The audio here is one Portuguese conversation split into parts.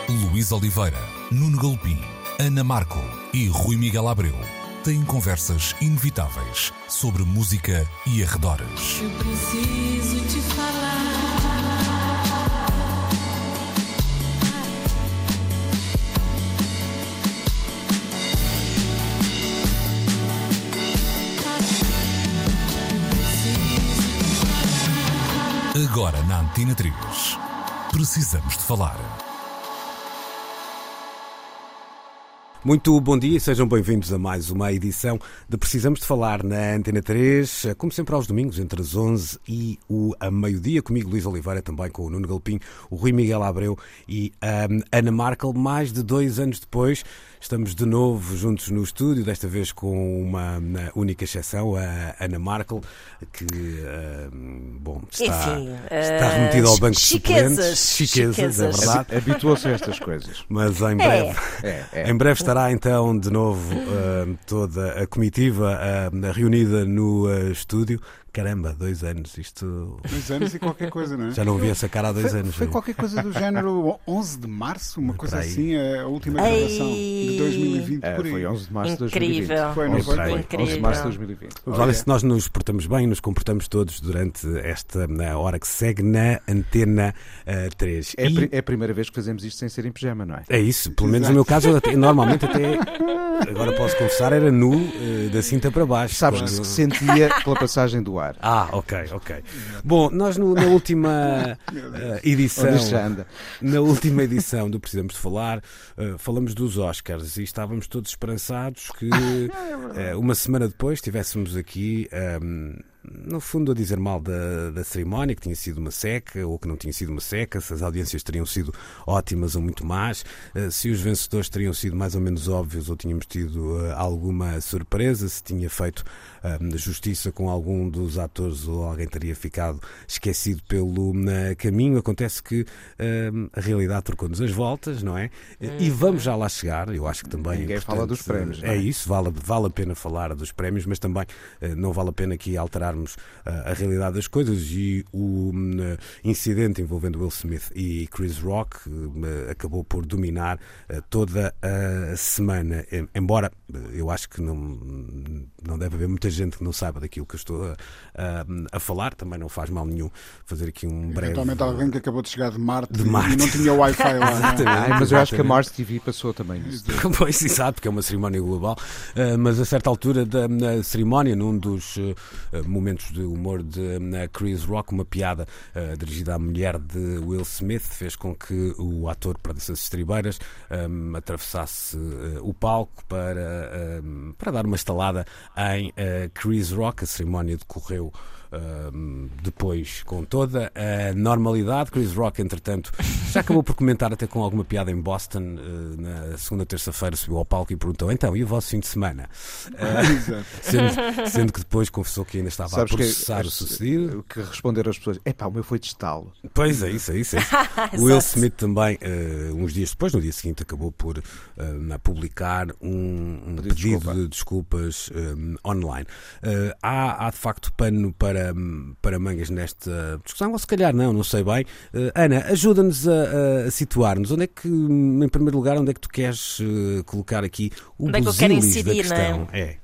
Luís Oliveira, Nuno Galopim, Ana Marco e Rui Miguel Abreu têm conversas inevitáveis sobre música e arredores. Eu preciso te falar. Agora na Antena 3. Precisamos de falar. Muito bom dia e sejam bem-vindos a mais uma edição de Precisamos de Falar na Antena 3, como sempre aos domingos, entre as 11 e a meio-dia, comigo Luís Oliveira, também com o Nuno Galopim, o Rui Miguel Abreu e a Ana Marco. Mais de 2 anos depois, estamos de novo juntos no estúdio, desta vez com uma única exceção, a Ana Marco, que está remetida ao banco de suplentes. Chiquezas, é verdade. Habituou-se a estas coisas. Mas em breve estará então de novo toda a comitiva reunida no estúdio. Caramba, 2 anos, isto... 2 anos e qualquer coisa, não é? Já não vi essa cara há 2 anos. Foi qualquer coisa do género 11 de março, uma coisa assim, a última gravação de 2020, por aí. Foi 11 de março de 2020. Incrível. Foi, não foi? Incrível. 11 de março de 2020. Vamos lá ver se nós nos portamos bem, nos comportamos todos durante esta hora que segue na Antena 3. É a primeira vez que fazemos isto sem ser em pijama, não é? É isso, pelo menos no meu caso, normalmente até, agora posso confessar, era nu, da cinta para baixo. Sabes que se sentia pela passagem do ar. Ok. Bom, nós na última edição, na última edição do Precisamos de Falar, falamos dos Oscars e estávamos todos esperançados que uma semana depois estivéssemos aqui... no fundo a dizer mal da cerimónia, que tinha sido uma seca ou que não tinha sido uma seca, se as audiências teriam sido ótimas ou muito más, se os vencedores teriam sido mais ou menos óbvios ou tínhamos tido alguma surpresa, se tinha feito justiça com algum dos atores ou alguém teria ficado esquecido pelo caminho. Acontece que a realidade trocou-nos as voltas, não é? E vamos já lá chegar. Eu acho que também ninguém fala dos prémios, não é? É isso, vale a pena falar dos prémios, mas também não vale a pena aqui alterar a realidade das coisas. E o incidente envolvendo Will Smith e Chris Rock acabou por dominar toda a semana, embora eu acho que não deve haver muita gente que não saiba daquilo que eu estou a falar. Também não faz mal nenhum fazer aqui um breve... Eventualmente alguém que acabou de chegar de Marte. E não tinha Wi-Fi lá. Exatamente. Mas eu acho que a Mars TV passou também nisso. Pois, exato, porque é uma cerimónia global, mas a certa altura da cerimónia, num dos momentos de humor de Chris Rock, uma piada dirigida à mulher de Will Smith fez com que o ator perdesse as estribeiras, atravessasse o palco para dar uma estalada em Chris Rock. A cerimónia decorreu depois com toda a normalidade. Chris Rock, entretanto, já acabou por comentar até com alguma piada em Boston. Na segunda terça-feira subiu ao palco e perguntou: então, e o vosso fim de semana? Sendo que depois confessou que ainda estava a processar o sucedido. O que responderam as pessoas: o meu foi de estalo. Pois é, isso. O Will Smith também, uns dias depois, no dia seguinte, acabou por publicar um pedido de desculpas online. Há de facto pano para mangas nesta discussão, ou se calhar não sei bem. Ana, ajuda-nos a situar-nos. Onde é que, em primeiro lugar, onde é que tu queres colocar aqui o busilis da questão? Não é?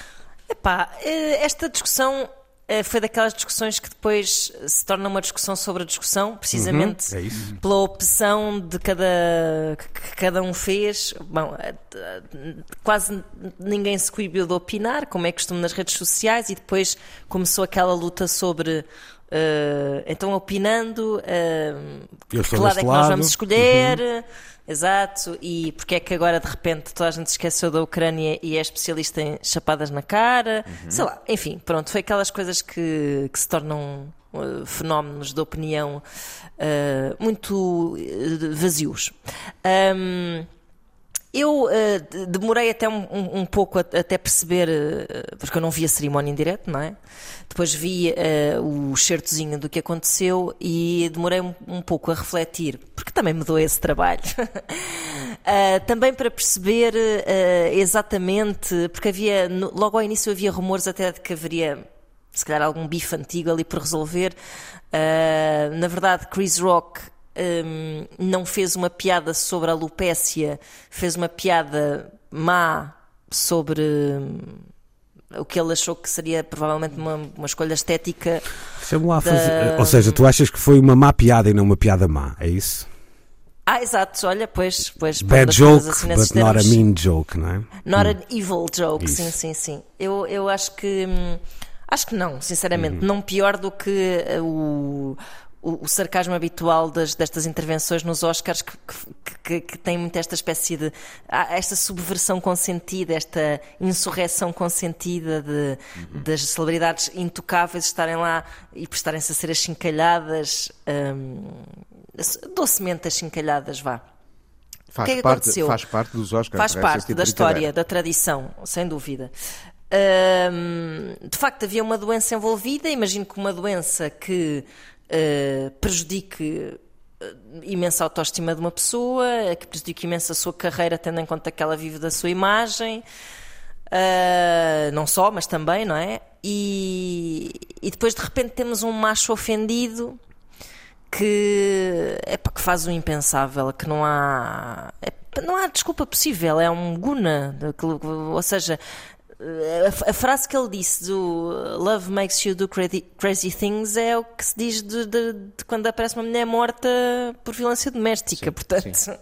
Esta discussão foi daquelas discussões que depois se torna uma discussão sobre a discussão, precisamente pela opção que cada um fez. Bom, quase ninguém se coibiu de opinar, como é costume nas redes sociais, e depois começou aquela luta sobre... então, opinando, que lado é que nós vamos escolher, exato, e porque é que agora de repente toda a gente se esqueceu da Ucrânia e é especialista em chapadas na cara, sei lá, enfim, pronto, foi aquelas coisas que se tornam fenómenos de opinião muito vazios. Eu demorei até um pouco até perceber, porque eu não vi a cerimónia em direto, não é? Depois vi o certozinho do que aconteceu e demorei um pouco a refletir, porque também me dou esse trabalho. Também para perceber exatamente, porque logo ao início havia rumores até de que haveria, se calhar, algum bife antigo ali por resolver. Na verdade, Chris Rock não fez uma piada sobre a alopécia, fez uma piada má sobre o que ele achou que seria provavelmente uma escolha estética. Ou seja, tu achas que foi uma má piada e não uma piada má, é isso? Exato, olha, pois bad joke, assim, but not a mean joke, não é? Not an evil joke, sim. Eu acho que não, sinceramente, não pior do que o sarcasmo habitual destas intervenções nos Oscars, que tem muito esta espécie de... esta subversão consentida, esta insurreição consentida das celebridades intocáveis estarem lá e prestarem-se a ser achincalhadas, docemente achincalhadas, vá. O que é que aconteceu? Faz parte dos Oscars. Faz parte da história, da tradição, sem dúvida. De facto, havia uma doença envolvida. Imagino que uma doença que prejudique imensa autoestima de uma pessoa, que prejudique imensa a sua carreira, tendo em conta que ela vive da sua imagem, não só, mas também, não é? E depois de repente temos um macho ofendido que faz o impensável, que não há desculpa possível, é um guna, ou seja, a frase que ele disse do Love makes you do crazy things é o que se diz de quando aparece uma mulher morta por violência doméstica. Sim, portanto, sim.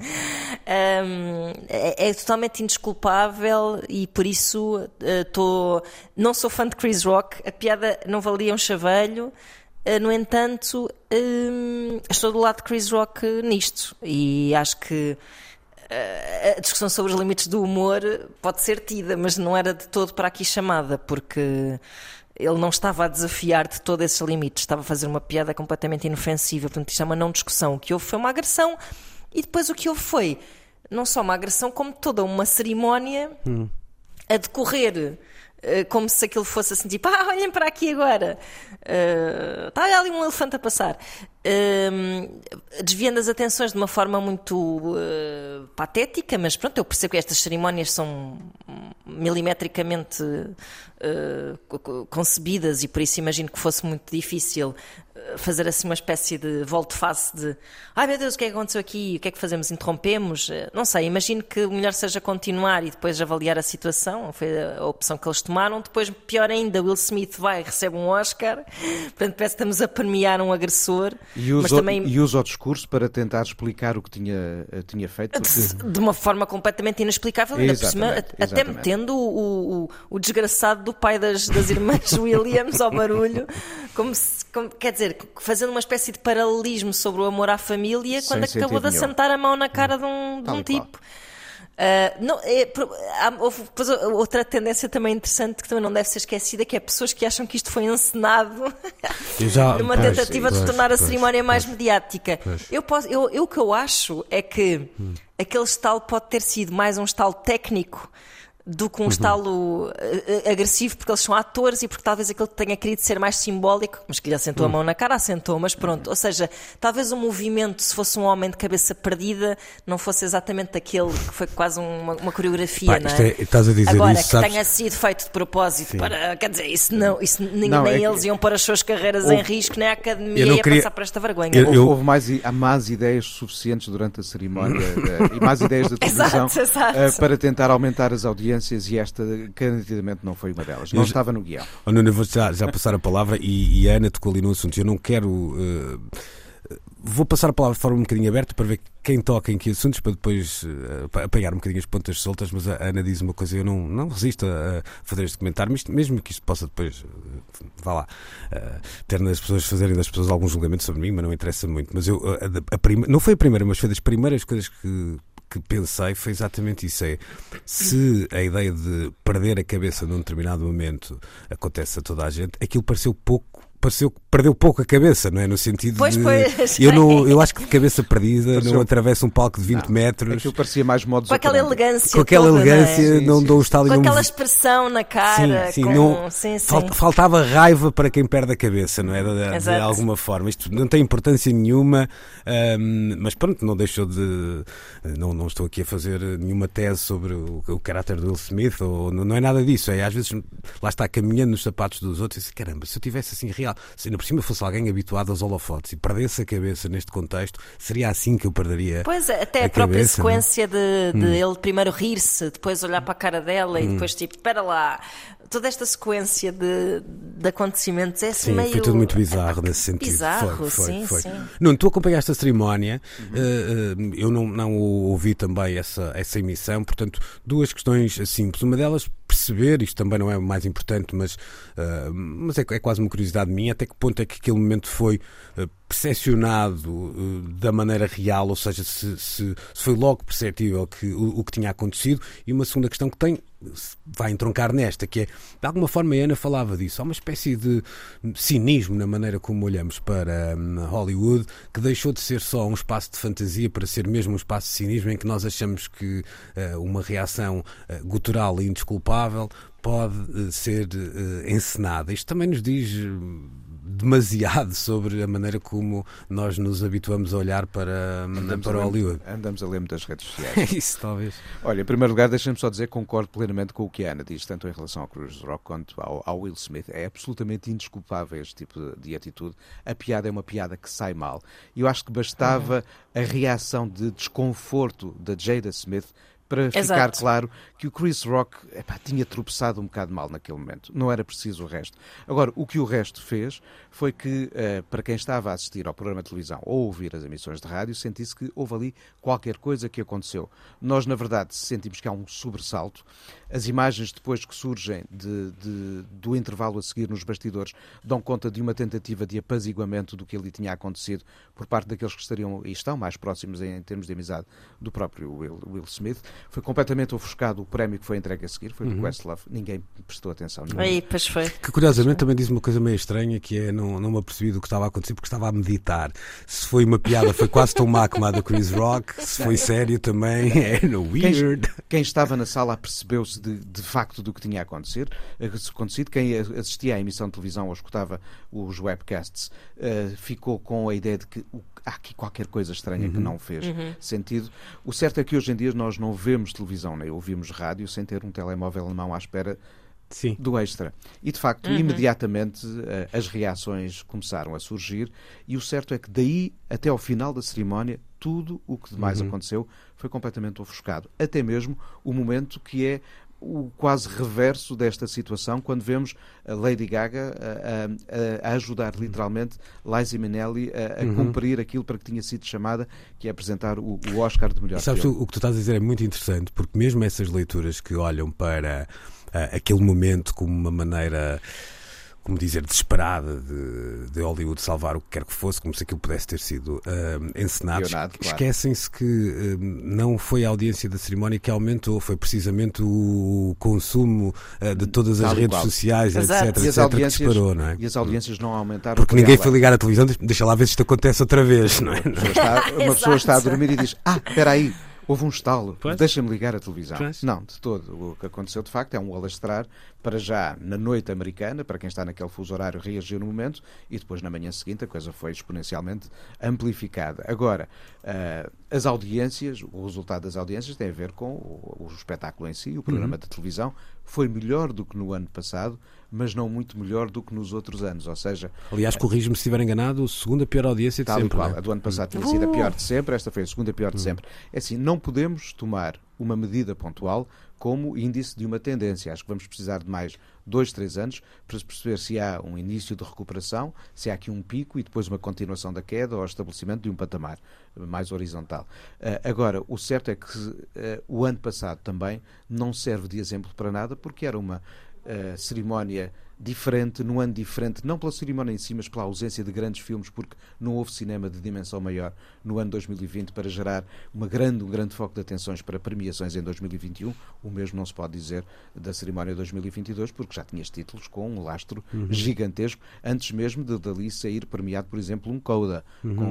É totalmente indesculpável e por isso não sou fã de Chris Rock, a piada não valia um chaveiro. No entanto, estou do lado de Chris Rock nisto e acho que a discussão sobre os limites do humor pode ser tida, mas não era de todo para aqui chamada, porque ele não estava a desafiar de todo esses limites, estava a fazer uma piada completamente inofensiva. Portanto, isto é uma não discussão. O que houve foi uma agressão, e depois o que houve foi não só uma agressão, como toda uma cerimónia a decorrer, como se aquilo fosse assim, tipo, olhem para aqui agora, está ali um elefante a passar, desviando as atenções de uma forma muito patética, mas pronto, eu percebo que estas cerimónias são milimetricamente concebidas e por isso imagino que fosse muito difícil fazer assim uma espécie de volte-face de ai meu Deus, o que é que aconteceu aqui? O que é que fazemos? Interrompemos? Não sei, imagino que o melhor seja continuar e depois avaliar a situação. Foi a opção que eles tomaram. Depois, pior ainda, Will Smith vai e recebe um Oscar, portanto parece que estamos a premiar um agressor e usa o discurso para tentar explicar o que tinha feito porque... de uma forma completamente inexplicável, ainda por cima, até metendo o desgraçado do pai das irmãs Williams ao barulho, quer dizer, fazendo uma espécie de paralelismo sobre o amor à família, quando acabou de assentar a mão na cara de um tipo. Houve outra tendência também interessante que também não deve ser esquecida, que é pessoas que acham que isto foi encenado numa tentativa de tornar a cerimónia mais mediática. O que eu acho é que aquele estalo pode ter sido mais um estalo técnico do que um estalo agressivo, porque eles são atores e porque talvez aquele tenha querido ser mais simbólico, mas que lhe assentou a mão na cara, assentou, mas pronto. Ou seja, talvez o movimento, se fosse um homem de cabeça perdida, não fosse exatamente aquele que foi quase uma coreografia, não é? Estás a dizer agora, isso, que sabes? tenha sido feito de propósito para, quer dizer, nem eles iam pôr as suas carreiras em risco, nem a academia ia passar por esta vergonha. Houve más ideias suficientes durante a cerimónia e más ideias da televisão para tentar aumentar as audiências. E esta, candidamente, não foi uma delas. Não estava no guião. Nuno, vou já passar a palavra e a Ana tocou ali no assunto. Eu não quero... vou passar a palavra de forma um bocadinho aberta para ver quem toca em que assuntos, para depois apanhar um bocadinho as pontas soltas, mas a Ana diz uma coisa, eu não resisto a fazer este comentário, mesmo que isto possa depois, ter as pessoas fazerem das pessoas alguns julgamentos sobre mim, mas não interessa muito. Mas não foi a primeira, mas foi das primeiras coisas que pensei, foi exatamente isso. Se a ideia de perder a cabeça num determinado momento acontece a toda a gente, aquilo pareceu que perdeu pouco a cabeça, não é? No sentido de... Eu acho que de cabeça perdida não atravessa um palco de 20 metros. Aquilo parecia mais modus operandi. Com aquela elegância. Com aquela elegância, não dou o estalo. Com aquela expressão na cara. Faltava raiva para quem perde a cabeça, não é? De alguma forma. Isto não tem importância nenhuma, mas pronto, não deixou de... Não estou aqui a fazer nenhuma tese sobre o caráter do Will Smith, ou não é nada disso. Às vezes, lá está, caminhando nos sapatos dos outros, e caramba, se eu tivesse assim realmente se ainda por cima fosse alguém habituado aos holofotes e perdesse a cabeça neste contexto, seria assim que eu perderia. Pois, até a própria sequência de ele primeiro rir-se, depois olhar para a cara dela e depois tipo, espera lá. Toda esta sequência de acontecimentos é assim meio... Foi tudo muito bizarro nesse sentido. Bizarro, foi. Sim. Não, tu acompanhaste a cerimónia, eu não ouvi também essa emissão, portanto, duas questões simples. Uma delas, perceber, isto também não é o mais importante, mas é quase uma curiosidade minha, até que ponto é que aquele momento foi percepcionado da maneira real, ou seja, se foi logo perceptível que o que tinha acontecido. E uma segunda questão que vai entroncar nesta, que é, de alguma forma a Ana falava disso, há uma espécie de cinismo na maneira como olhamos para Hollywood, que deixou de ser só um espaço de fantasia para ser mesmo um espaço de cinismo, em que nós achamos que uma reação gutural e indesculpável pode ser encenada. Isto também nos diz demasiado sobre a maneira como nós nos habituamos a olhar para Hollywood. Andamos a ler muitas redes sociais. Isso, talvez. Olha, em primeiro lugar, deixem-me só dizer que concordo plenamente com o que a Ana diz, tanto em relação ao Chris Rock quanto ao Will Smith. É absolutamente indesculpável este tipo de atitude. A piada é uma piada que sai mal. E eu acho que bastava a reação de desconforto da Jada Smith para ficar claro que o Chris Rock tinha tropeçado um bocado mal naquele momento. Não era preciso o resto. Agora, o que o resto fez foi que, para quem estava a assistir ao programa de televisão ou ouvir as emissões de rádio, sentisse que houve ali qualquer coisa que aconteceu. Nós, na verdade, sentimos que há um sobressalto. As imagens depois que surgem do intervalo a seguir nos bastidores dão conta de uma tentativa de apaziguamento do que ali tinha acontecido por parte daqueles que estariam e estão mais próximos em termos de amizade do próprio Will Smith. Foi completamente ofuscado o prémio que foi entregue a seguir, foi do Questlove. Ninguém prestou atenção. Aí, pois foi. Que curiosamente também diz uma coisa meio estranha, que é não me apercebi do que estava a acontecer porque estava a meditar. Se foi uma piada foi quase tão má como a da Chris Rock, se foi sério também é weird. Quem estava na sala apercebeu-se de facto do que tinha acontecido. Quem assistia à emissão de televisão ou escutava os webcasts ficou com a ideia de que há aqui qualquer coisa estranha que não fez sentido. O certo é que hoje em dia nós não vemos televisão, nem ouvimos rádio sem ter um telemóvel na mão à espera do extra. E de facto, imediatamente as reações começaram a surgir e o certo é que daí até ao final da cerimónia tudo o que demais aconteceu foi completamente ofuscado. Até mesmo o momento que é o quase reverso desta situação, quando vemos a Lady Gaga a ajudar literalmente Liza Minnelli a cumprir aquilo para que tinha sido chamada, que é apresentar o Oscar de melhor filme. Sabes, o que tu estás a dizer é muito interessante, porque mesmo essas leituras que olham para aquele momento como uma maneira, como dizer, desesperada de Hollywood salvar o que quer que fosse, como se aquilo pudesse ter sido encenado, esquecem-se que não foi a audiência da cerimónia que aumentou, foi precisamente o consumo de todas as redes sociais, etc, que disparou, não é? E as audiências não aumentaram. Porque ninguém foi ligar a televisão, deixa lá ver se isto acontece outra vez, não é? Uma pessoa está a dormir e diz, espera aí, houve um estalo, deixa-me ligar a televisão. Não, de todo. O que aconteceu de facto é um alastrar para já na noite americana, para quem está naquele fuso horário reagiu no momento, e depois na manhã seguinte a coisa foi exponencialmente amplificada. Agora, as audiências, o resultado das audiências tem a ver com o espetáculo em si, o programa de televisão foi melhor do que no ano passado, mas não muito melhor do que nos outros anos, ou seja... Aliás, corrijo-me se estiver enganado, a segunda pior audiência de sempre. A do ano passado tinha sido a pior de sempre, esta foi a segunda pior de sempre. É assim, não podemos tomar uma medida pontual como índice de uma tendência. Acho que vamos precisar de mais 2, 3 anos para perceber se há um início de recuperação, se há aqui um pico e depois uma continuação da queda ou estabelecimento de um patamar mais horizontal. Agora, o certo é que o ano passado também não serve de exemplo para nada, porque era uma cerimónia diferente, num ano diferente, não pela cerimónia em si, mas pela ausência de grandes filmes, porque não houve cinema de dimensão maior no ano 2020 para gerar um grande foco de atenções para premiações em 2021. O mesmo não se pode dizer da cerimónia 2022, porque já tinhas títulos com um lastro gigantesco, antes mesmo de dali sair premiado, por exemplo, um Coda,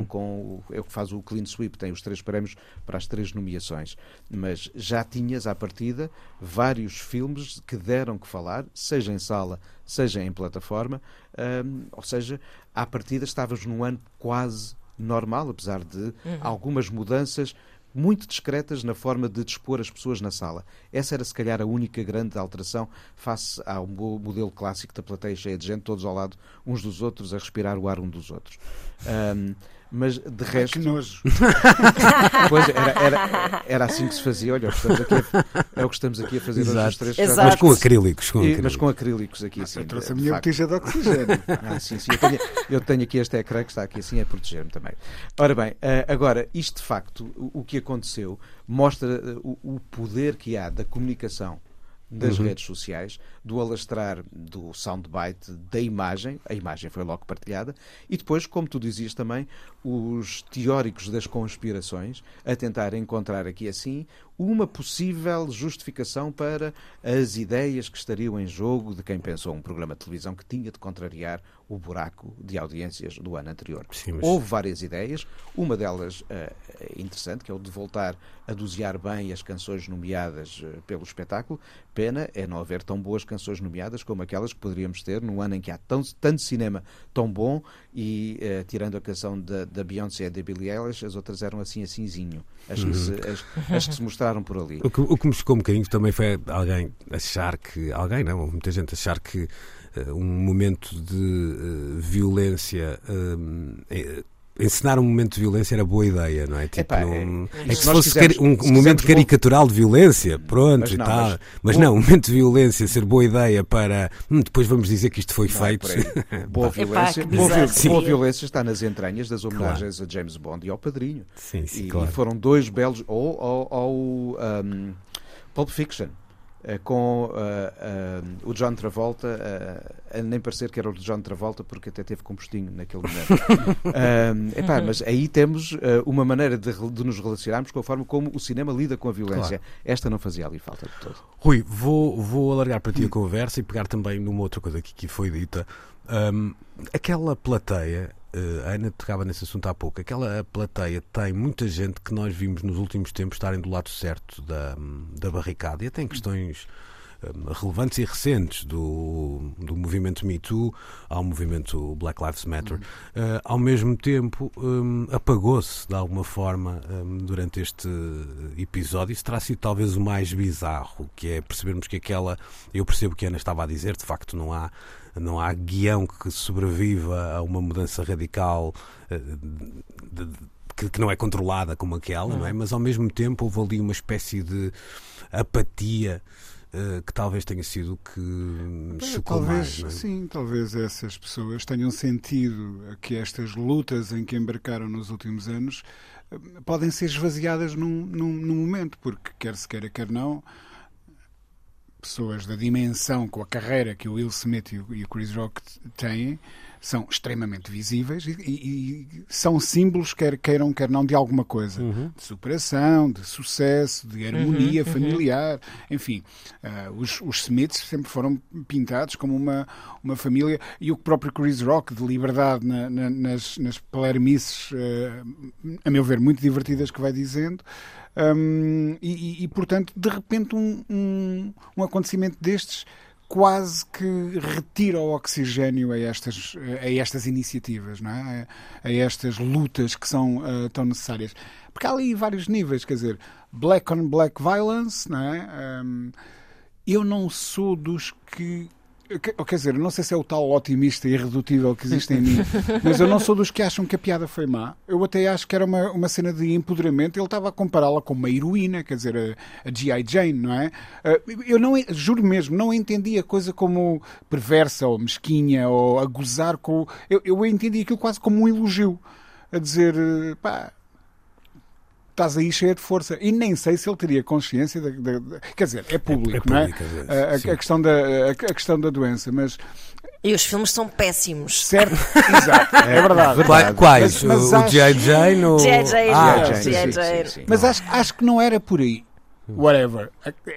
é o que faz o Clean Sweep, tem os 3 prémios para as 3 nomeações. Mas já tinhas, à partida, vários filmes que deram que falar, seja em sala, seja em plataforma, ou seja, à partida estavas num ano quase normal, apesar de algumas mudanças muito discretas na forma de dispor as pessoas na sala. Essa era, se calhar, a única grande alteração face ao modelo clássico da plateia cheia de gente, todos ao lado uns dos outros, a respirar o ar um dos outros. Mas de resto. Que nojo! Pois, era assim que se fazia. Olha, é o que estamos aqui a fazer hoje os três. Mas com acrílicos. Mas com acrílicos aqui assim. Eu trouxe a minha botija de oxigênio. Sim. Eu tenho aqui este ecrã que está aqui assim a proteger-me também. Ora bem, agora, isto de facto, o que aconteceu, mostra o poder que há da comunicação das redes sociais, do alastrar do soundbite da imagem, a imagem foi logo partilhada, e depois, como tu dizias também, os teóricos das conspirações a tentar encontrar aqui assim uma possível justificação para as ideias que estariam em jogo de quem pensou um programa de televisão que tinha de contrariar o buraco de audiências do ano anterior. Sim, mas... Houve várias ideias, uma delas interessante, que é o de voltar a dosear bem as canções nomeadas pelo espetáculo. Pena é não haver tão boas canções nomeadas como aquelas que poderíamos ter num ano em que há tanto cinema tão bom e, tirando a canção da Beyoncé e da Billie Eilish, as outras eram assim-zinho. As que se mostraram por ali. O que me chocou um bocadinho também foi alguém achar que... Alguém não, muita gente achar que um momento de violência... encenar um momento de violência era boa ideia, não é? Tipo, é que se fosse um momento caricatural de violência, pronto, e tal. Mas não, um momento de violência ser boa ideia para depois vamos dizer que isto foi feito. Boa violência está nas entranhas das homenagens a James Bond e ao Padrinho. Sim, e claro. Foram dois belos. Ou ao Pulp Fiction. Com o John Travolta, a nem parecer que era o John Travolta, porque até teve combustinho naquele momento. Mas aí temos uma maneira de nos relacionarmos com a forma como o cinema lida com a violência. Claro. Esta não fazia ali falta de todo. Rui, vou alargar para ti a conversa e pegar também numa outra coisa que foi dita. Aquela plateia, a Ana tocava nesse assunto há pouco, aquela plateia tem muita gente que nós vimos nos últimos tempos estarem do lado certo da barricada, e até em questões relevantes e recentes do movimento Me Too ao movimento Black Lives Matter. Ao mesmo tempo apagou-se de alguma forma durante este episódio. Isso terá sido talvez o mais bizarro, que é percebermos que eu percebo o que a Ana estava a dizer, de facto não há guião que sobreviva a uma mudança radical que não é controlada como aquela, não é? Mas ao mesmo tempo houve ali uma espécie de apatia que talvez tenha sido o que chocou mais. Não é? Sim, talvez essas pessoas tenham sentido que estas lutas em que embarcaram nos últimos anos podem ser esvaziadas num momento, porque quer se queira, quer não, pessoas da dimensão, com a carreira que o Will Smith e o Chris Rock têm, são extremamente visíveis e são símbolos, quer queiram, quer não, de alguma coisa. De superação, de sucesso, de harmonia familiar, enfim. Os Smiths sempre foram pintados como uma família, e o próprio Chris Rock, de liberdade nas palermices, a meu ver, muito divertidas, que vai dizendo. Portanto, de repente um acontecimento destes quase que retira o oxigênio a estas iniciativas, não é? A estas lutas que são tão necessárias. Porque há ali vários níveis, quer dizer, black on black violence, não é? Eu não sou dos que... Quer dizer, não sei se é o tal otimista irredutível que existe em mim, mas eu não sou dos que acham que a piada foi má. Eu até acho que era uma cena de empoderamento. Ele estava a compará-la com uma heroína, quer dizer, a G.I. Jane, não é? Eu não, juro mesmo, não entendi a coisa como perversa ou mesquinha ou a gozar com... Eu entendi aquilo quase como um elogio, a dizer, pá, estás aí cheia de força. E nem sei se ele teria consciência quer dizer, é público, não é? A questão da doença, mas... E os filmes são péssimos. Certo, exato, é verdade. Quais? O G.I. Jane? G.I. Jane. Mas acho que não era por aí. Whatever.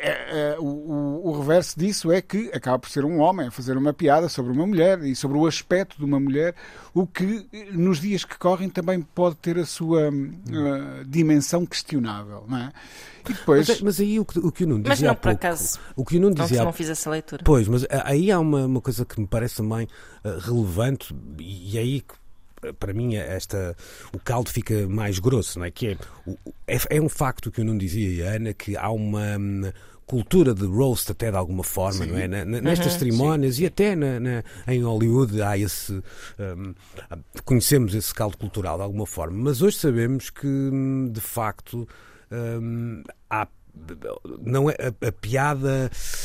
O reverso disso é que acaba por ser um homem a fazer uma piada sobre uma mulher e sobre o aspecto de uma mulher, o que nos dias que correm também pode ter a sua dimensão questionável, não é? E depois... mas aí o que o Nuno dizia mas não, há pouco, por acaso, o que o Nuno dizia não fiz essa leitura. Pois, mas aí há uma coisa que me parece também relevante, e aí para mim, o caldo fica mais grosso, não é? Que é um facto que eu não dizia, e a Ana, que há uma cultura de roast até de alguma forma, não é? Nestas cerimónias e até em Hollywood há conhecemos esse caldo cultural de alguma forma, mas hoje sabemos que de facto não é a piada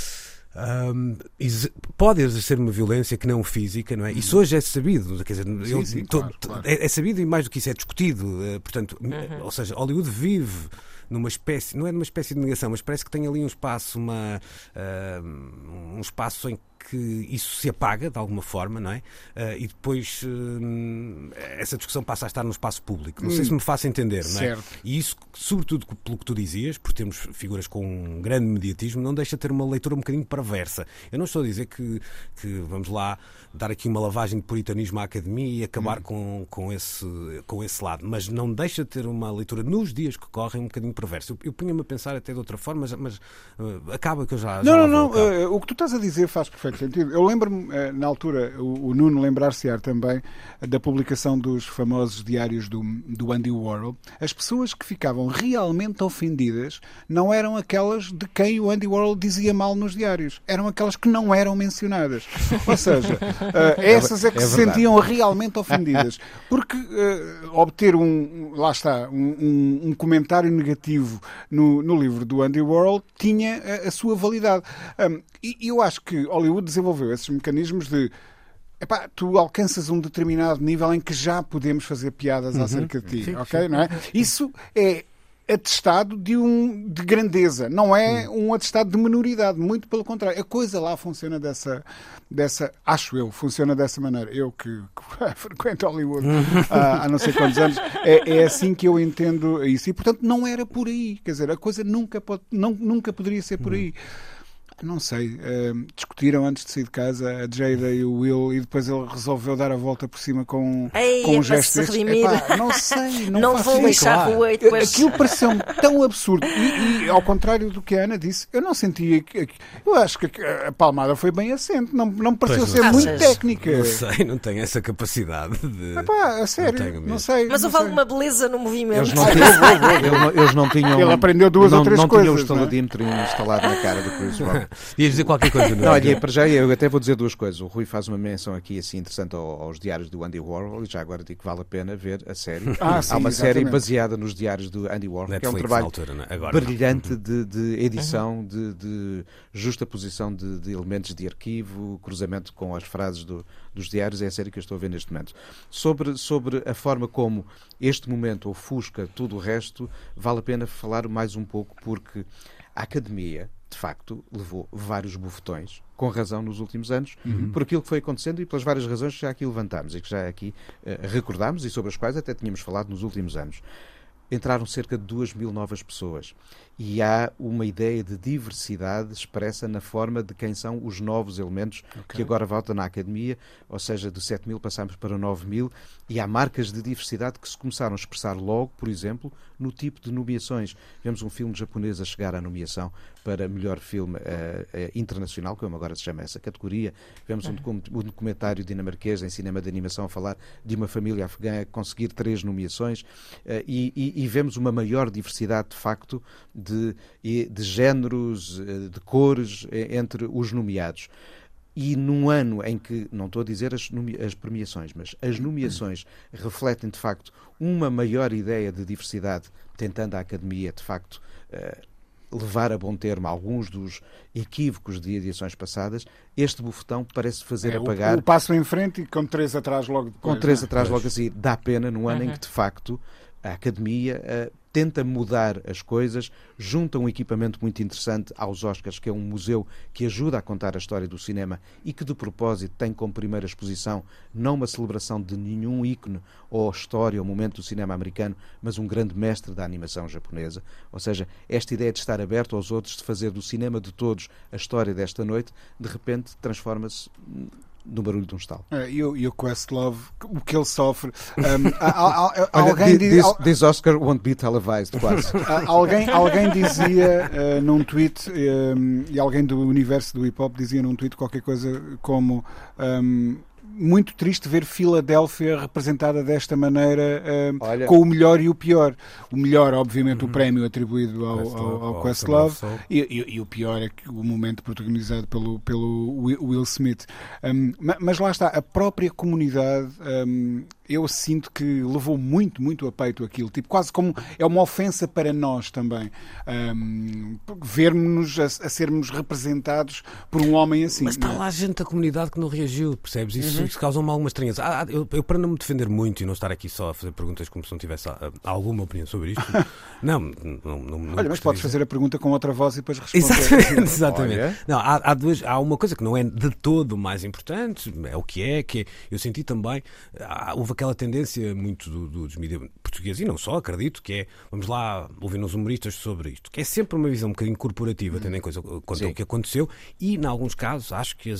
pode exercer uma violência que não física, não é? Isso hoje é sabido, quer dizer, claro. É sabido e mais do que isso é discutido, portanto, ou seja, Hollywood vive numa espécie, não é numa espécie de negação, mas parece que tem ali um espaço em que isso se apaga de alguma forma, não é? E depois essa discussão passa a estar no espaço público. Não sei se me faço entender, não é? Certo. E isso, sobretudo pelo que tu dizias, por termos figuras com um grande mediatismo, não deixa de ter uma leitura um bocadinho perversa. Eu não estou a dizer que vamos lá dar aqui uma lavagem de puritanismo à academia e acabar com esse lado, mas não deixa de ter uma leitura nos dias que correm um bocadinho perversa. Eu punha-me a pensar até de outra forma, mas acaba que eu já Não. O que tu estás a dizer faz perfeito sentido. Eu lembro-me, na altura, o Nuno lembrar-se-á também da publicação dos famosos diários do Andy Warhol. As pessoas que ficavam realmente ofendidas não eram aquelas de quem o Andy Warhol dizia mal nos diários. Eram aquelas que não eram mencionadas. Ou seja, essas é que se sentiam realmente ofendidas. Porque obter um comentário negativo no livro do Andy Warhol tinha a sua validade. E eu acho que Hollywood desenvolveu esses mecanismos de tu alcanças um determinado nível em que já podemos fazer piadas acerca de ti, sim, ok? Sim. Não é? Isso é atestado de grandeza, não é um atestado de minoridade, muito pelo contrário. A coisa lá funciona funciona dessa maneira. Eu que frequento Hollywood há não sei quantos anos, é assim que eu entendo isso. E, portanto, não era por aí. Quer dizer, a coisa nunca poderia ser por aí. Não sei, discutiram antes de sair de casa a Jada e o Will e depois ele resolveu dar a volta por cima com um gesto destes. Não sei, não vou deixar rua e depois... Aquilo pareceu-me tão absurdo e ao contrário do que a Ana disse, eu não sentia eu acho que a palmada foi bem assente, não me pareceu ser muito técnica. Não sei, não tenho essa capacidade de... a sério, não sei. Mas houve alguma beleza no movimento. Eles não tinham... Ele aprendeu duas ou três coisas. Não tinham o estaladímetro instalado na cara do Chris Rock. Ias dizer qualquer coisa, não? Olha, para já eu até vou dizer duas coisas. O Rui faz uma menção aqui assim interessante aos diários do Andy Warhol e já agora digo que vale a pena ver a série. Há uma série baseada nos diários do Andy Warhol, Netflix, que é um trabalho brilhante de edição, de justaposição de elementos de arquivo, cruzamento com as frases dos diários. É a série que eu estou a ver neste momento. Sobre a forma como este momento ofusca tudo o resto, vale a pena falar mais um pouco, porque a academia de facto, levou vários bufetões, com razão nos últimos anos, por aquilo que foi acontecendo e pelas várias razões que já aqui levantámos e que já aqui recordámos e sobre as quais até tínhamos falado nos últimos anos. Entraram cerca de 2.000 novas pessoas e há uma ideia de diversidade expressa na forma de quem são os novos elementos que agora votam na academia, ou seja, de 7.000 passamos para 9.000, e há marcas de diversidade que se começaram a expressar logo, por exemplo, no tipo de nomeações. Vemos um filme japonês a chegar à nomeação para melhor filme internacional, como agora se chama essa categoria. Vemos um documentário dinamarquês em cinema de animação a falar de uma família afegã a conseguir 3 nomeações, e vemos uma maior diversidade, de facto, de géneros, de cores entre os nomeados. E num ano em que, não estou a dizer as premiações, mas as nomeações refletem, de facto, uma maior ideia de diversidade, tentando a Academia, de facto, levar a bom termo alguns dos equívocos de edições passadas, este bufetão parece fazer apagar... O passo em frente e com 3 atrás logo depois. Com 3 atrás logo assim. Dá pena num ano em que, de facto, a Academia tenta mudar as coisas, junta um equipamento muito interessante aos Oscars, que é um museu que ajuda a contar a história do cinema e que, de propósito, tem como primeira exposição não uma celebração de nenhum ícone ou história ou momento do cinema americano, mas um grande mestre da animação japonesa. Ou seja, esta ideia de estar aberto aos outros, de fazer do cinema de todos a história desta noite, de repente transforma-se no barulho de um estalo. E o Questlove, o que ele sofre. This Oscar won't be televised, quase. Alguém dizia num tweet, e alguém do universo do hip-hop dizia num tweet qualquer coisa como muito triste ver Filadélfia representada desta maneira, com o melhor e o pior. O melhor, obviamente, o prémio atribuído ao Questlove, e o pior é que o momento protagonizado pelo Will Smith. Mas lá está, a própria comunidade, eu sinto que levou muito, muito a peito aquilo. Tipo, quase como é uma ofensa para nós também. Vermos-nos a sermos representados por um homem assim. Mas está lá gente da comunidade que não reagiu, percebes? Isso causa-me alguma estranheza. Eu, para não me defender muito e não estar aqui só a fazer perguntas como se não tivesse alguma opinião sobre isto, não olha, mas podes fazer a pergunta com outra voz e depois responder. Exatamente. Não, há uma coisa que não é de todo mais importante, é o que é eu senti também, houve aquela tendência muito dos mídias portugueses, e não só, acredito, que é, vamos lá ouvir uns humoristas sobre isto, que é sempre uma visão um bocadinho corporativa, tendo em conta o que aconteceu, e, em alguns casos, acho que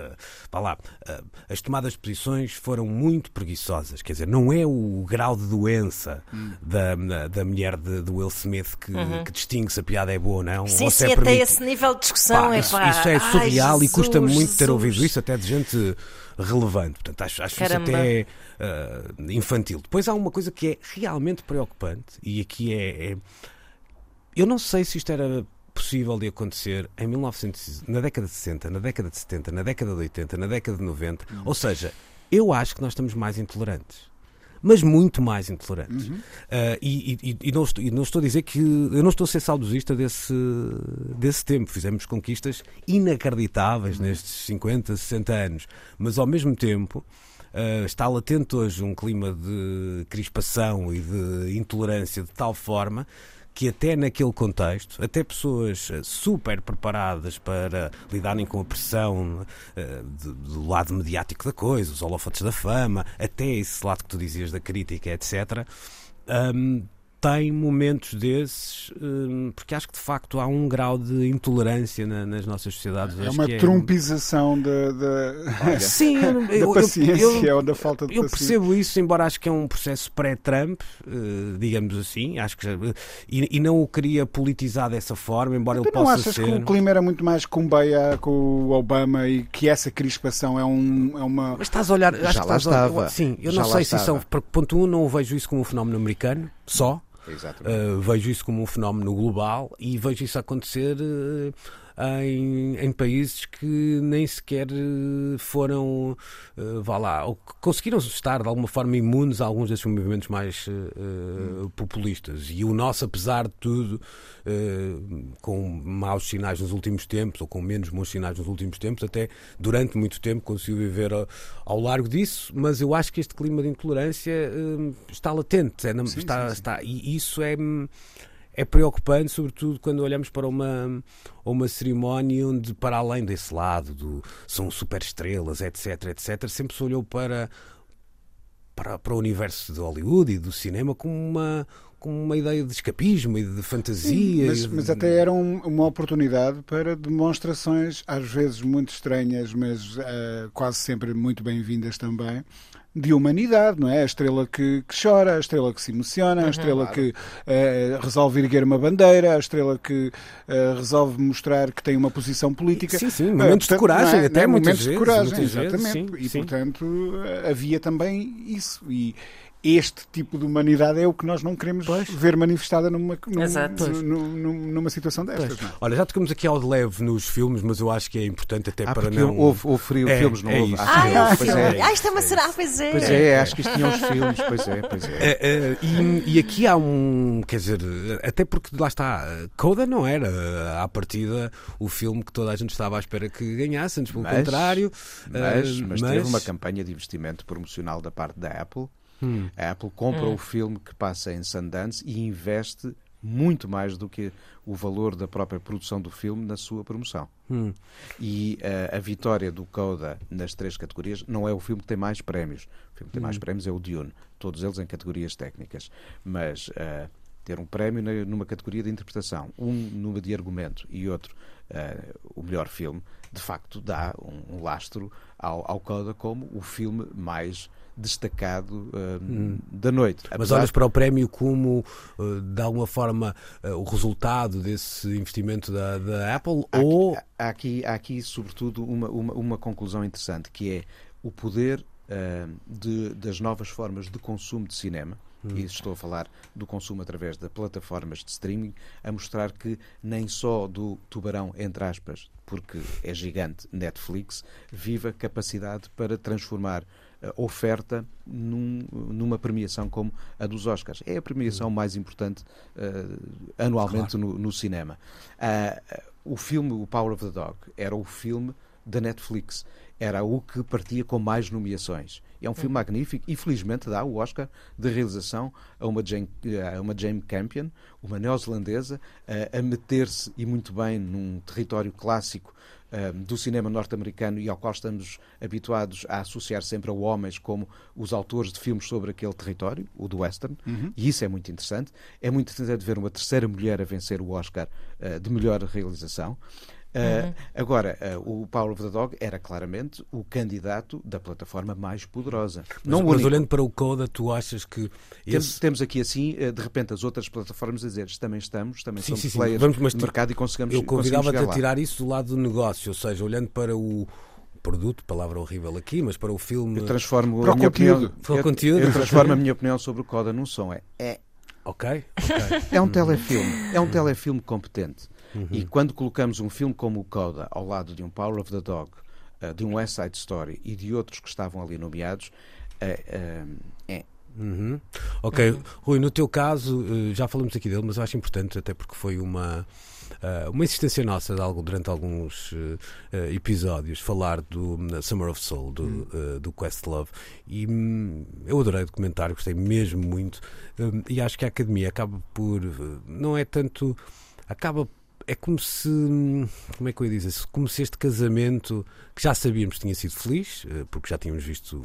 as tomadas de posições foram muito preguiçosas. Quer dizer, não é o grau de doença da mulher de Will Smith que distingue se a piada é boa ou não. Sim, ou sim, até esse nível de discussão. Isso é surreal e custa muito ter ouvido isso, até de gente relevante. Portanto, acho isso até infantil. Depois há uma coisa que é realmente preocupante, e aqui eu não sei se isto era possível de acontecer na década de 60, na década de 70, na década de 80, na década de 90. Ou seja, eu acho que nós estamos mais intolerantes. Mas muito mais intolerantes. E não estou a dizer que... Eu não estou a ser saudosista desse tempo. Fizemos conquistas inacreditáveis nestes 50, 60 anos. Mas, ao mesmo tempo, está latente hoje um clima de crispação e de intolerância de tal forma que até naquele contexto, até pessoas super preparadas para lidarem com a pressão do lado mediático da coisa, os holofotes da fama, até esse lado que tu dizias da crítica, etc., tem momentos desses, porque acho que de facto há um grau de intolerância nas nossas sociedades. É uma trumpização da Sim, da paciência ou da falta de paciência. Eu percebo isso, embora acho que é um processo pré-Trump, digamos assim, acho que e não o queria politizar dessa forma, embora ele possa ser. Tu não achas que o clima era muito mais cumbia com o Obama e que essa crispação é uma... Mas estás a olhar... Já lá estava. Sim, eu não sei se isso... Ponto 1, não vejo isso como um fenómeno americano, só. Vejo isso como um fenómeno global e vejo isso acontecer em países que nem sequer foram, ou conseguiram estar de alguma forma imunes a alguns desses movimentos mais populistas. E o nosso, apesar de tudo, com maus sinais nos últimos tempos, ou com menos bons sinais nos últimos tempos, até durante muito tempo conseguiu viver ao largo disso, mas eu acho que este clima de intolerância está latente, e isso é preocupante, sobretudo quando olhamos para uma cerimónia onde, para além desse lado, são superestrelas, etc., sempre se olhou para o universo de Hollywood e do cinema com uma ideia de escapismo e de fantasia. Mas até era uma oportunidade para demonstrações, às vezes muito estranhas, mas quase sempre muito bem-vindas também, de humanidade, não é? A estrela que chora, a estrela que se emociona, a estrela que resolve erguer uma bandeira, a estrela que resolve mostrar que tem uma posição política. Sim, momentos de coragem, até muitas vezes. Momentos de coragem, exatamente. Portanto, havia também isso. E este tipo de humanidade é o que nós não queremos ver manifestada numa situação destas. Não é? Olha, já tocamos aqui ao de leve nos filmes, mas eu acho que é importante até para não... Houve filmes, não houve? Isto é uma cena, pois é. Pois é, acho que isto tinha uns filmes, pois é. E aqui há quer dizer, até porque lá está, Coda não era à partida o filme que toda a gente estava à espera que ganhasse, antes pelo contrário. Mas teve uma campanha de investimento promocional da parte da Apple. A Apple compra o filme que passa em Sundance e investe muito mais do que o valor da própria produção do filme na sua promoção. E a vitória do Coda nas 3 categorias não é o filme que tem mais prémios. O filme que tem mais prémios é o Dune, todos eles em categorias técnicas. Mas ter um prémio numa categoria de interpretação, numa de argumento e outro o melhor filme, de facto dá um lastro ao Coda como o filme mais destacado da noite. Mas olhas para o prémio como, de alguma forma, o resultado desse investimento da Apple? Há aqui, sobretudo, uma conclusão interessante, que é o poder das novas formas de consumo de cinema, e estou a falar do consumo através de plataformas de streaming, a mostrar que nem só do tubarão, entre aspas, porque é gigante, Netflix, vive a capacidade para transformar a oferta numa premiação como a dos Oscars. É a premiação mais importante anualmente no cinema. O filme O Power of the Dog era o filme da Netflix. Era o que partia com mais nomeações. É um filme magnífico e, felizmente, dá o Oscar de realização a uma Jane Campion, uma neozelandesa, a meter-se, e muito bem, num território clássico do cinema norte-americano e ao qual estamos habituados a associar sempre a homens como os autores de filmes sobre aquele território, o do western, e isso é muito interessante. É muito interessante ver uma terceira mulher a vencer o Oscar de melhor realização. Agora, o Power of the Dog era claramente o candidato da plataforma mais poderosa. Mas olhando para o Coda, tu achas que... Temos aqui assim, de repente, as outras plataformas a dizer também somos players no mercado e conseguimos. Eu convidava-te a tirar isso do lado do negócio, ou seja, olhando para o produto, palavra horrível aqui, mas para o filme... Eu transformo para o conteúdo. Eu transformo a minha opinião sobre o Coda num som. Ok. É um telefilme. É um telefilme competente. E quando colocamos um filme como o Coda ao lado de um Power of the Dog, de um West Side Story e de outros que estavam ali nomeados, Ok. Rui, no teu caso, já falamos aqui dele, mas eu acho importante, até porque foi uma insistência nossa durante alguns episódios, falar do Summer of Soul, do Questlove, e eu adorei o documentário, gostei mesmo muito, e acho que a Academia acaba por... não é tanto... É como se... Como é que eu ia dizer? Como se este casamento, que já sabíamos tinha sido feliz, porque já tínhamos visto